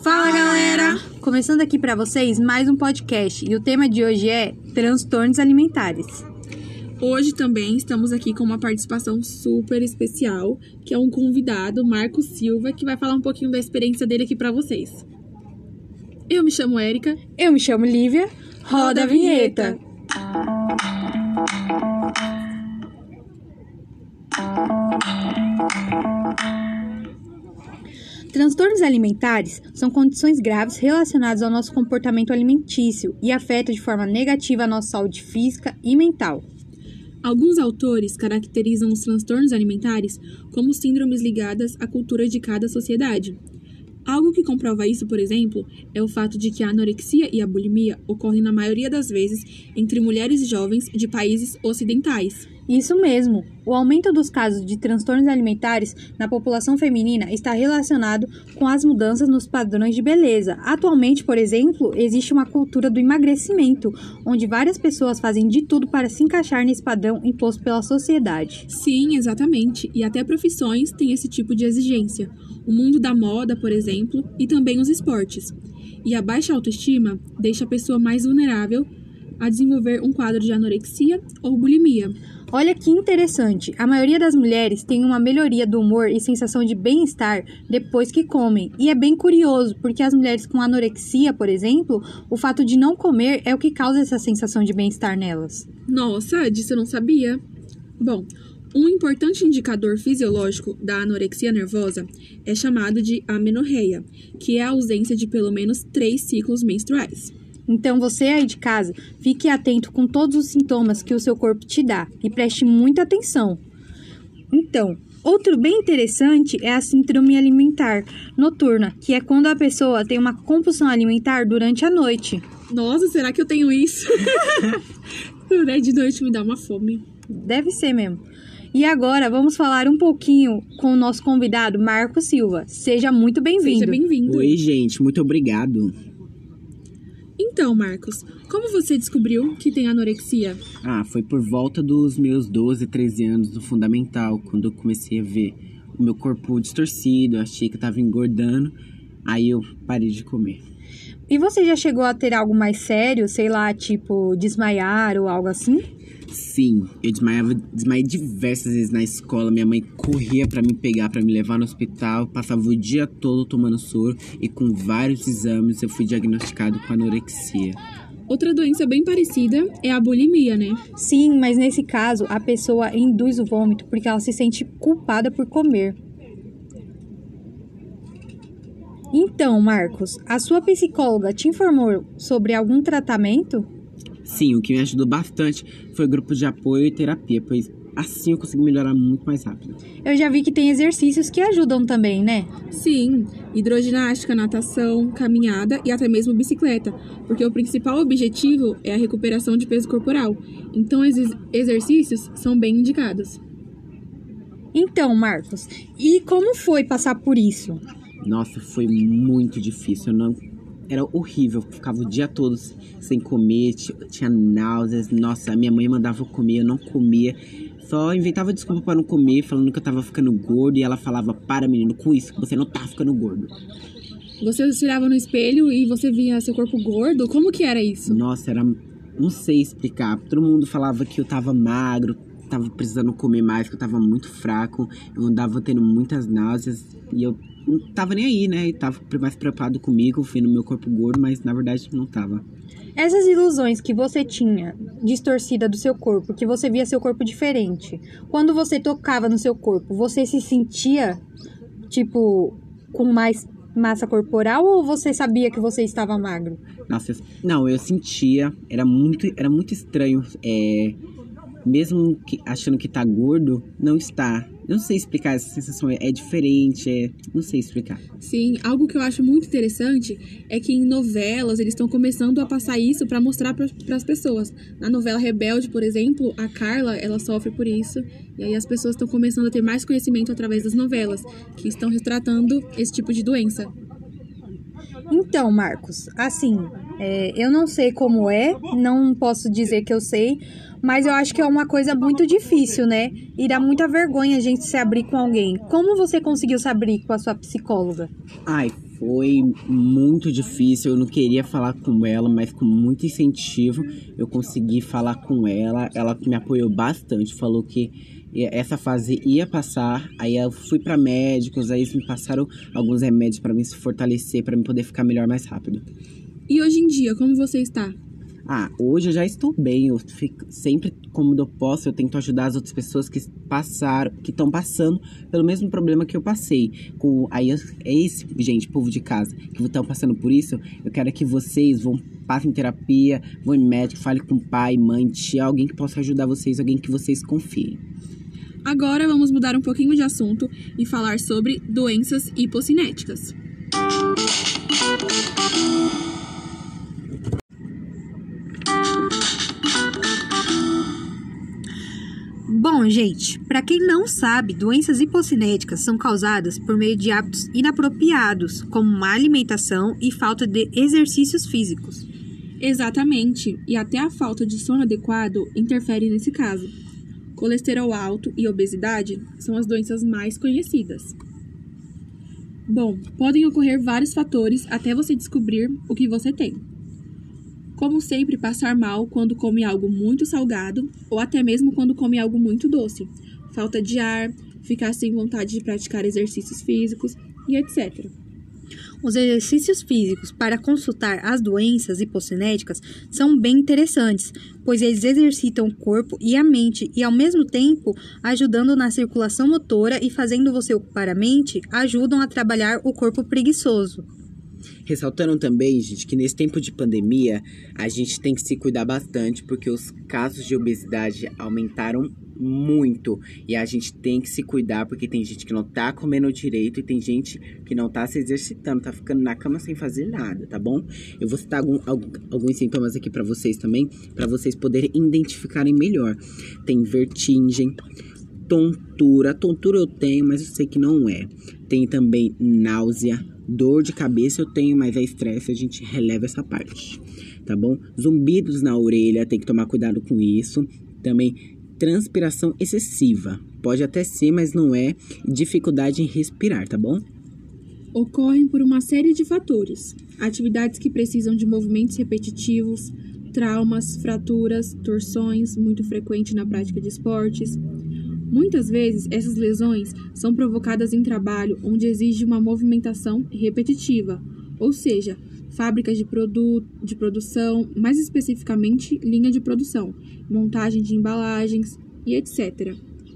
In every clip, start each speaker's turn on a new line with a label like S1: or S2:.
S1: Fala, galera! Começando aqui pra vocês mais um podcast e o tema de hoje é transtornos alimentares.
S2: Hoje também estamos aqui com uma participação super especial, que é um convidado, Marcos Silva, que vai falar um pouquinho da experiência dele aqui pra vocês. Eu me chamo Érica.
S1: Eu me chamo Lívia. Roda a vinheta! Transtornos alimentares são condições graves relacionadas ao nosso comportamento alimentício e afetam de forma negativa a nossa saúde física e mental.
S2: Alguns autores caracterizam os transtornos alimentares como síndromes ligadas à cultura de cada sociedade. Algo que comprova isso, por exemplo, é o fato de que a anorexia e a bulimia ocorrem na maioria das vezes entre mulheres jovens de países ocidentais.
S1: Isso mesmo, o aumento dos casos de transtornos alimentares na população feminina está relacionado com as mudanças nos padrões de beleza. Atualmente, por exemplo, existe uma cultura do emagrecimento, onde várias pessoas fazem de tudo para se encaixar nesse padrão imposto pela sociedade.
S2: Sim, exatamente, e até profissões têm esse tipo de exigência. O mundo da moda, por exemplo, e também os esportes. E a baixa autoestima deixa a pessoa mais vulnerável a desenvolver um quadro de anorexia ou bulimia.
S1: Olha que interessante, a maioria das mulheres tem uma melhoria do humor e sensação de bem-estar depois que comem. E é bem curioso, porque as mulheres com anorexia, por exemplo, o fato de não comer é o que causa essa sensação de bem-estar nelas.
S2: Nossa, disso eu não sabia. Bom, um importante indicador fisiológico da anorexia nervosa é chamado de amenorreia, que é a ausência de pelo menos 3 ciclos menstruais.
S1: Então, você aí de casa, fique atento com todos os sintomas que o seu corpo te dá e preste muita atenção. Então, outro bem interessante é a síndrome alimentar noturna, que é quando a pessoa tem uma compulsão alimentar durante a noite.
S2: Nossa, será que eu tenho isso? De noite me dá uma fome.
S1: Deve ser mesmo. E agora vamos falar um pouquinho com o nosso convidado, Marcos Silva. Seja muito bem-vindo.
S2: Seja bem-vindo.
S3: Oi, gente, muito obrigado.
S2: Então, Marcos, como você descobriu que tem anorexia?
S3: Foi por volta dos meus 12, 13 anos do fundamental, quando eu comecei a ver o meu corpo distorcido, eu achei que eu tava engordando, aí eu parei de comer.
S1: E você já chegou a ter algo mais sério, sei lá, tipo desmaiar ou algo assim?
S3: Sim, eu desmaiei diversas vezes na escola, minha mãe corria pra me pegar, pra me levar no hospital, passava o dia todo tomando soro e com vários exames eu fui diagnosticado com anorexia.
S2: Outra doença bem parecida é a bulimia, né?
S1: Sim, mas nesse caso a pessoa induz o vômito porque ela se sente culpada por comer. Então, Marcos, a sua psicóloga te informou sobre algum tratamento?
S3: Sim, o que me ajudou bastante foi o grupo de apoio e terapia, pois assim eu consegui melhorar muito mais rápido.
S1: Eu já vi que tem exercícios que ajudam também, né?
S2: Sim, hidroginástica, natação, caminhada e até mesmo bicicleta, porque o principal objetivo é a recuperação de peso corporal. Então, esses exercícios são bem indicados.
S1: Então, Marcos, e como foi passar por isso?
S3: Nossa, foi muito difícil, Era horrível, eu ficava o dia todo sem comer, tinha náuseas. Nossa, a minha mãe mandava eu comer, eu não comia. Só inventava desculpa pra não comer, falando que eu tava ficando gordo. E ela falava, para menino, com isso, que você não tá ficando gordo.
S2: Você se olhava no espelho e você via seu corpo gordo? Como que era isso?
S3: Nossa, não sei explicar. Todo mundo falava que eu tava magro, tava precisando comer mais, que eu tava muito fraco. Eu andava tendo muitas náuseas e eu não tava nem aí, né? Eu tava mais preocupado comigo, vendo meu corpo gordo, mas na verdade não tava.
S1: Essas ilusões que você tinha, distorcida do seu corpo, que você via seu corpo diferente, quando você tocava no seu corpo, você se sentia, tipo, com mais massa corporal ou você sabia que você estava magro?
S3: Nossa, não, eu sentia, era muito estranho, mesmo achando que tá gordo, não está. Eu não sei explicar, essa sensação é diferente, não sei explicar.
S2: Sim, algo que eu acho muito interessante é que em novelas eles estão começando a passar isso pra mostrar pras pessoas. Na novela Rebelde, por exemplo, a Carla, ela sofre por isso. E aí as pessoas estão começando a ter mais conhecimento através das novelas, que estão retratando esse tipo de doença.
S1: Então, Marcos, assim, eu não sei como não posso dizer que eu sei, mas eu acho que é uma coisa muito difícil, né? E dá muita vergonha a gente se abrir com alguém. Como você conseguiu se abrir com a sua psicóloga?
S3: Foi muito difícil, eu não queria falar com ela, mas com muito incentivo eu consegui falar com ela. Ela me apoiou bastante, falou que essa fase ia passar. Aí eu fui para médicos, aí eles me passaram alguns remédios para mim se fortalecer, para mim poder ficar melhor mais rápido.
S2: E hoje em dia, como você está?
S3: Hoje eu já estou bem, eu fico sempre como eu posso, eu tento ajudar as outras pessoas que estão passando pelo mesmo problema que eu passei. Gente, povo de casa, que estão passando por isso, eu quero que vocês passem em terapia, vão em médico, falem com pai, mãe, tia, alguém que possa ajudar vocês, alguém que vocês confiem.
S2: Agora vamos mudar um pouquinho de assunto e falar sobre doenças hipocinéticas.
S1: Bom, gente, para quem não sabe, doenças hipocinéticas são causadas por meio de hábitos inapropriados, como má alimentação e falta de exercícios físicos.
S2: Exatamente, e até a falta de sono adequado interfere nesse caso. Colesterol alto e obesidade são as doenças mais conhecidas. Bom, podem ocorrer vários fatores até você descobrir o que você tem. Como sempre, passar mal quando come algo muito salgado ou até mesmo quando come algo muito doce, falta de ar, ficar sem vontade de praticar exercícios físicos e etc.
S1: Os exercícios físicos para consultar as doenças hipocinéticas são bem interessantes, pois eles exercitam o corpo e a mente e, ao mesmo tempo, ajudando na circulação motora e fazendo você ocupar a mente, ajudam a trabalhar o corpo preguiçoso.
S3: Ressaltando também, gente, que nesse tempo de pandemia, a gente tem que se cuidar bastante, porque os casos de obesidade aumentaram muito. E a gente tem que se cuidar, porque tem gente que não tá comendo direito e tem gente que não tá se exercitando, tá ficando na cama sem fazer nada, tá bom? Eu vou citar alguns sintomas aqui pra vocês também, pra vocês poderem identificarem melhor. Tem vertigem, tontura. Tontura eu tenho, mas eu sei que não é. Tem também náusea. Dor de cabeça eu tenho, mas é estresse, a gente releva essa parte, tá bom? Zumbidos na orelha, tem que tomar cuidado com isso. Também transpiração excessiva, pode até ser, mas não é. Dificuldade em respirar, tá bom?
S2: Ocorrem por uma série de fatores. Atividades que precisam de movimentos repetitivos, traumas, fraturas, torções, muito frequente na prática de esportes. Muitas vezes, essas lesões são provocadas em trabalho onde exige uma movimentação repetitiva, ou seja, fábricas de produção, mais especificamente linha de produção, montagem de embalagens e etc.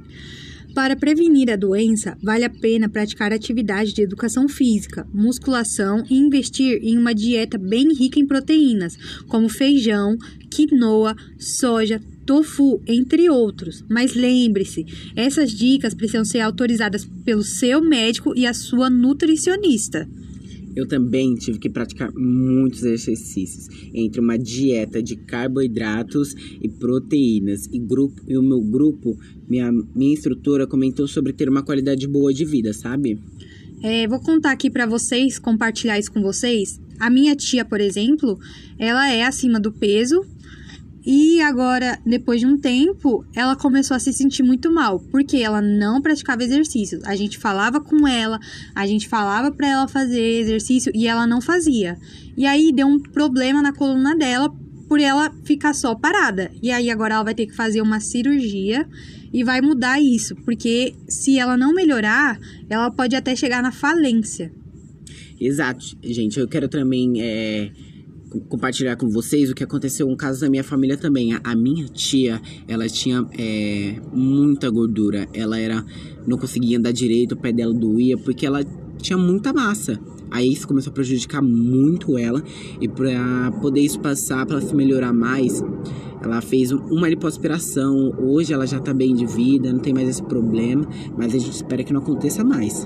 S1: Para prevenir a doença, vale a pena praticar atividade de educação física, musculação e investir em uma dieta bem rica em proteínas, como feijão, quinoa, soja, tofu, entre outros. Mas lembre-se, essas dicas precisam ser autorizadas pelo seu médico e a sua nutricionista.
S3: Eu também tive que praticar muitos exercícios, entre uma dieta de carboidratos e proteínas. E o meu grupo, minha instrutora comentou sobre ter uma qualidade boa de vida, sabe?
S1: Vou contar aqui para vocês, compartilhar isso com vocês. A minha tia, por exemplo, ela é acima do peso. E agora, depois de um tempo, ela começou a se sentir muito mal, porque ela não praticava exercícios. A gente falava com ela, a gente falava para ela fazer exercício e ela não fazia. E aí deu um problema na coluna dela por ela ficar só parada. E aí agora ela vai ter que fazer uma cirurgia e vai mudar isso, porque se ela não melhorar, ela pode até chegar na falência.
S3: Exato, gente. Eu quero também compartilhar com vocês o que aconteceu um caso da minha família também. A minha tia, ela tinha muita gordura. Ela não conseguia andar direito, o pé dela doía, porque ela tinha muita massa. Aí isso começou a prejudicar muito ela. E pra poder isso passar, pra ela se melhorar mais, ela fez uma lipoaspiração. Hoje ela já tá bem de vida, não tem mais esse problema. Mas a gente espera que não aconteça mais.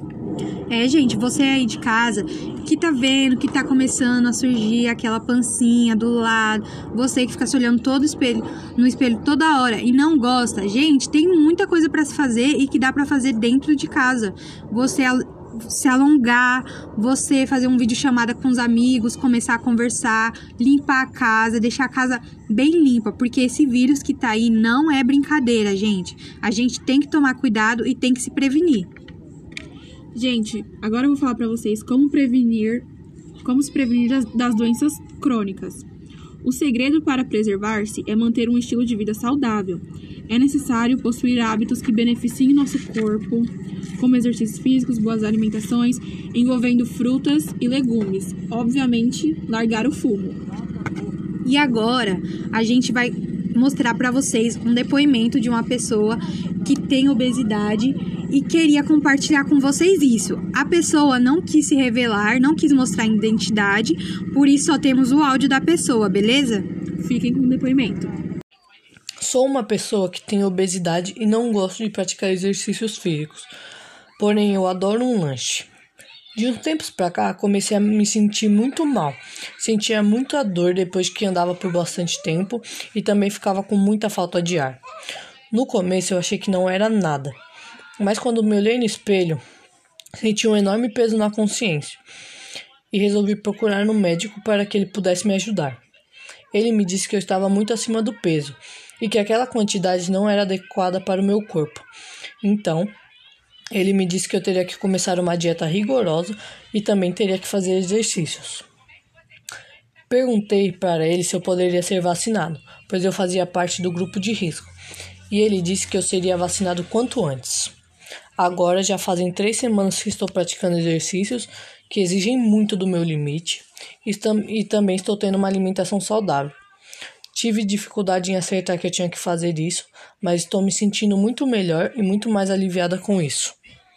S1: Gente, você aí de casa que tá vendo que tá começando a surgir aquela pancinha do lado, você que fica se olhando no espelho toda hora e não gosta, gente, tem muita coisa pra se fazer e que dá pra fazer dentro de casa. Você se alongar, você fazer um vídeo chamada com os amigos, começar a conversar, limpar a casa, deixar a casa bem limpa, porque esse vírus que tá aí não é brincadeira, gente. A gente tem que tomar cuidado e tem que se prevenir.
S2: Gente, agora eu vou falar pra vocês como se prevenir das doenças crônicas. O segredo para preservar-se é manter um estilo de vida saudável. É necessário possuir hábitos que beneficiem nosso corpo, como exercícios físicos, boas alimentações, envolvendo frutas e legumes. Obviamente, largar o fumo.
S1: E agora, a gente vai mostrar para vocês um depoimento de uma pessoa que tem obesidade e queria compartilhar com vocês isso. A pessoa não quis se revelar, não quis mostrar a identidade, por isso só temos o áudio da pessoa, beleza?
S2: Fiquem com o depoimento.
S4: Sou uma pessoa que tem obesidade e não gosto de praticar exercícios físicos, porém eu adoro um lanche. De uns tempos pra cá, comecei a me sentir muito mal. Sentia muita dor depois que andava por bastante tempo e também ficava com muita falta de ar. No começo eu achei que não era nada, mas quando me olhei no espelho, senti um enorme peso na consciência e resolvi procurar um médico para que ele pudesse me ajudar. Ele me disse que eu estava muito acima do peso e que aquela quantidade não era adequada para o meu corpo. Então, ele me disse que eu teria que começar uma dieta rigorosa e também teria que fazer exercícios. Perguntei para ele se eu poderia ser vacinado, pois eu fazia parte do grupo de risco, e ele disse que eu seria vacinado quanto antes. Agora já fazem 3 semanas que estou praticando exercícios que exigem muito do meu limite e também estou tendo uma alimentação saudável. Tive dificuldade em acertar que eu tinha que fazer isso, mas estou me sentindo muito melhor e muito mais aliviada com isso.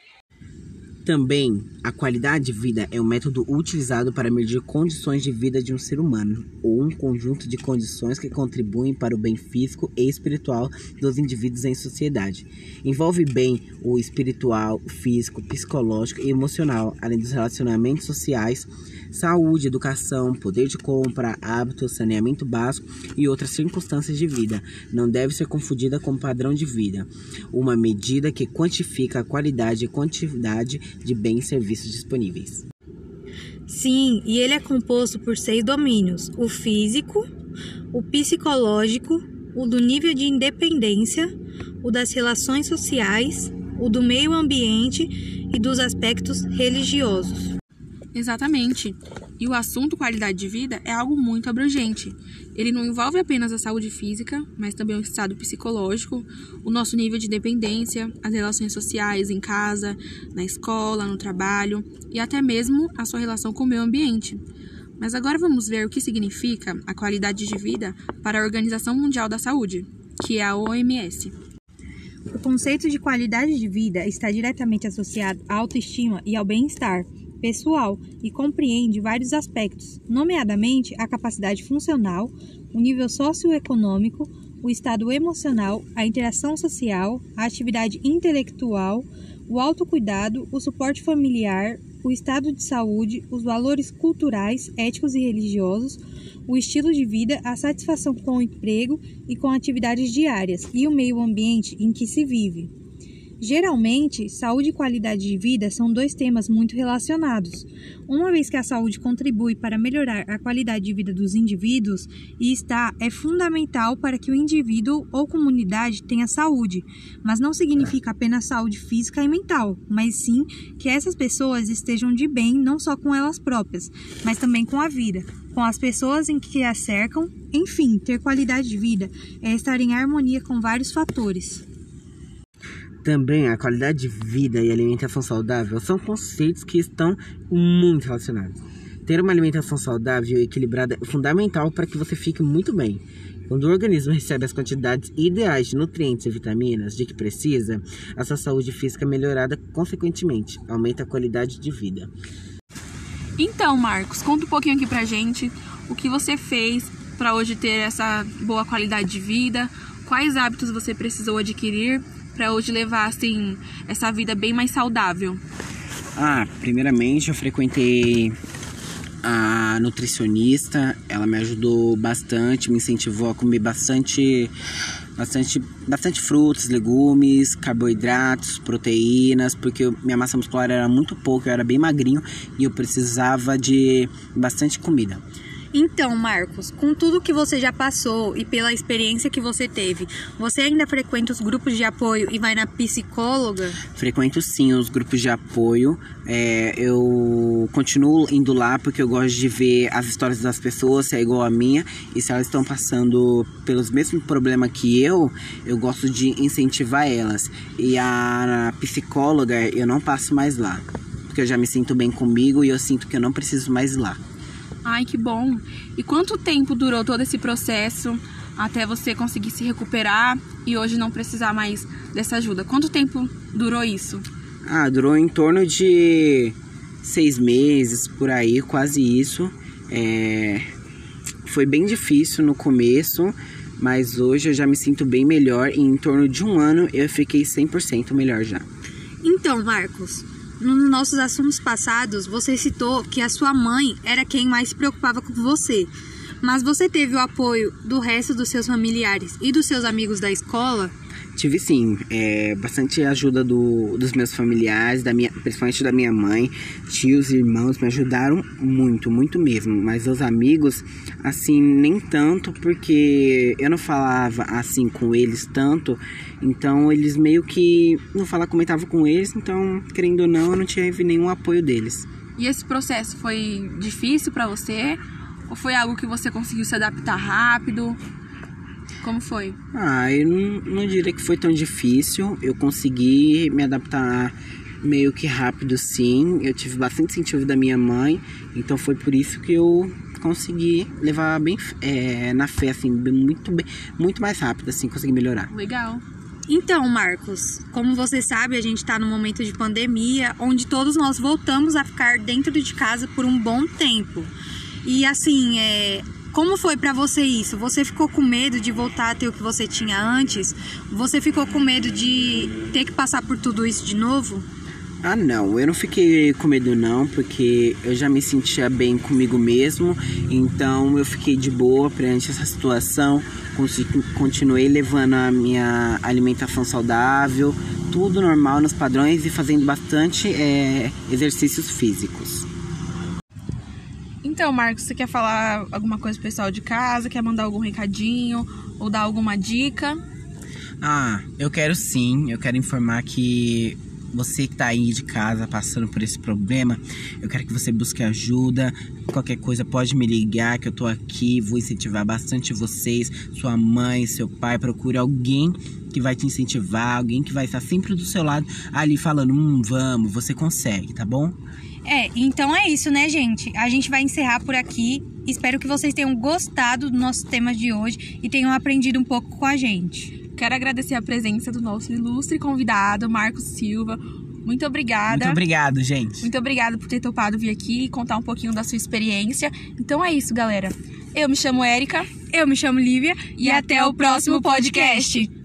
S3: Também, a qualidade de vida é um método utilizado para medir condições de vida de um ser humano, ou um conjunto de condições que contribuem para o bem físico e espiritual dos indivíduos em sociedade. Envolve bem o espiritual, físico, psicológico e emocional, além dos relacionamentos sociais, saúde, educação, poder de compra, hábitos, saneamento básico e outras circunstâncias de vida. Não deve ser confundida com padrão de vida, uma medida que quantifica a qualidade e quantidade de bens e serviços disponíveis.
S1: Sim, e ele é composto por 6 domínios: o físico, o psicológico, o do nível de independência, o das relações sociais, o do meio ambiente e dos aspectos religiosos.
S2: Exatamente. E o assunto qualidade de vida é algo muito abrangente. Ele não envolve apenas a saúde física, mas também o estado psicológico, o nosso nível de dependência, as relações sociais em casa, na escola, no trabalho e até mesmo a sua relação com o meio ambiente. Mas agora vamos ver o que significa a qualidade de vida para a Organização Mundial da Saúde, que é a OMS.
S1: O conceito de qualidade de vida está diretamente associado à autoestima e ao bem-estar pessoal e compreende vários aspectos, nomeadamente a capacidade funcional, o nível socioeconômico, o estado emocional, a interação social, a atividade intelectual, o autocuidado, o suporte familiar, o estado de saúde, os valores culturais, éticos e religiosos, o estilo de vida, a satisfação com o emprego e com atividades diárias e o meio ambiente em que se vive. Geralmente, saúde e qualidade de vida são 2 temas muito relacionados, uma vez que a saúde contribui para melhorar a qualidade de vida dos indivíduos e é fundamental para que o indivíduo ou comunidade tenha saúde, mas não significa apenas saúde física e mental, mas sim que essas pessoas estejam de bem não só com elas próprias, mas também com a vida, com as pessoas em que as cercam. Enfim, ter qualidade de vida é estar em harmonia com vários fatores.
S3: Também a qualidade de vida e alimentação saudável são conceitos que estão muito relacionados. Ter uma alimentação saudável e equilibrada é fundamental para que você fique muito bem. Quando o organismo recebe as quantidades ideais de nutrientes e vitaminas de que precisa, a sua saúde física é melhorada consequentemente, aumenta a qualidade de vida.
S2: Então, Marcos, conta um pouquinho aqui pra gente o que você fez para hoje ter essa boa qualidade de vida, quais hábitos você precisou adquirir para hoje levar, assim, essa vida bem mais saudável?
S3: Primeiramente eu frequentei a nutricionista, ela me ajudou bastante, me incentivou a comer bastante frutas, legumes, carboidratos, proteínas, porque minha massa muscular era muito pouca, eu era bem magrinho e eu precisava de bastante comida.
S1: Então, Marcos, com tudo que você já passou e pela experiência que você teve, você ainda frequenta os grupos de apoio e vai na psicóloga?
S3: Frequento sim os grupos de apoio. Eu continuo indo lá porque eu gosto de ver as histórias das pessoas, se é igual a minha. E se elas estão passando pelos mesmos problemas que eu gosto de incentivar elas. E a psicóloga, eu não passo mais lá, porque eu já me sinto bem comigo e eu sinto que eu não preciso mais ir lá.
S2: Ai, que bom! E quanto tempo durou todo esse processo até você conseguir se recuperar e hoje não precisar mais dessa ajuda? Quanto tempo durou isso?
S3: Durou em torno de 6 meses, por aí, quase isso. Foi bem difícil no começo, mas hoje eu já me sinto bem melhor e em torno de 1 ano eu fiquei 100% melhor já.
S1: Então, Marcos, nos nossos assuntos passados, você citou que a sua mãe era quem mais se preocupava com você. Mas você teve o apoio do resto dos seus familiares e dos seus amigos da escola?
S3: Tive sim, bastante ajuda dos meus familiares, principalmente da minha mãe. Tios e irmãos me ajudaram muito, muito mesmo. Mas os amigos, assim, nem tanto, porque eu não falava assim com eles tanto. Então eles meio que não comentavam com eles, então, querendo ou não, eu não tive nenhum apoio deles.
S2: E esse processo foi difícil pra você? Ou foi algo que você conseguiu se adaptar rápido? Como foi?
S3: Eu não diria que foi tão difícil. Eu consegui me adaptar meio que rápido, sim. Eu tive bastante incentivo da minha mãe. Então foi por isso que eu consegui levar bem na fé, assim, muito mais rápido, assim, consegui melhorar.
S2: Legal.
S1: Então, Marcos, como você sabe, a gente está num momento de pandemia, onde todos nós voltamos a ficar dentro de casa por um bom tempo. E assim, como foi pra você isso? Você ficou com medo de voltar a ter o que você tinha antes? Você ficou com medo de ter que passar por tudo isso de novo?
S3: Não, eu não fiquei com medo não, porque eu já me sentia bem comigo mesmo. Então eu fiquei de boa perante essa situação. Continuei levando a minha alimentação saudável, tudo normal nos padrões e fazendo bastante exercícios físicos.
S2: Então, Marcos, você quer falar alguma coisa pro pessoal de casa? Quer mandar algum recadinho ou dar alguma dica?
S3: Eu quero sim. Eu quero informar que você que tá aí de casa passando por esse problema, eu quero que você busque ajuda. Qualquer coisa pode me ligar que eu tô aqui, vou incentivar bastante vocês, sua mãe, seu pai. Procure alguém que vai te incentivar, alguém que vai estar sempre do seu lado ali falando, vamos, você consegue, tá bom?
S1: Então é isso, né, gente? A gente vai encerrar por aqui. Espero que vocês tenham gostado do nosso tema de hoje e tenham aprendido um pouco com a gente.
S2: Quero agradecer a presença do nosso ilustre convidado, Marcos Silva. Muito obrigada.
S3: Muito obrigado, gente.
S2: Muito obrigada por ter topado vir aqui e contar um pouquinho da sua experiência. Então é isso, galera. Eu me chamo Érica.
S1: Eu me chamo Lívia.
S2: E até o próximo podcast.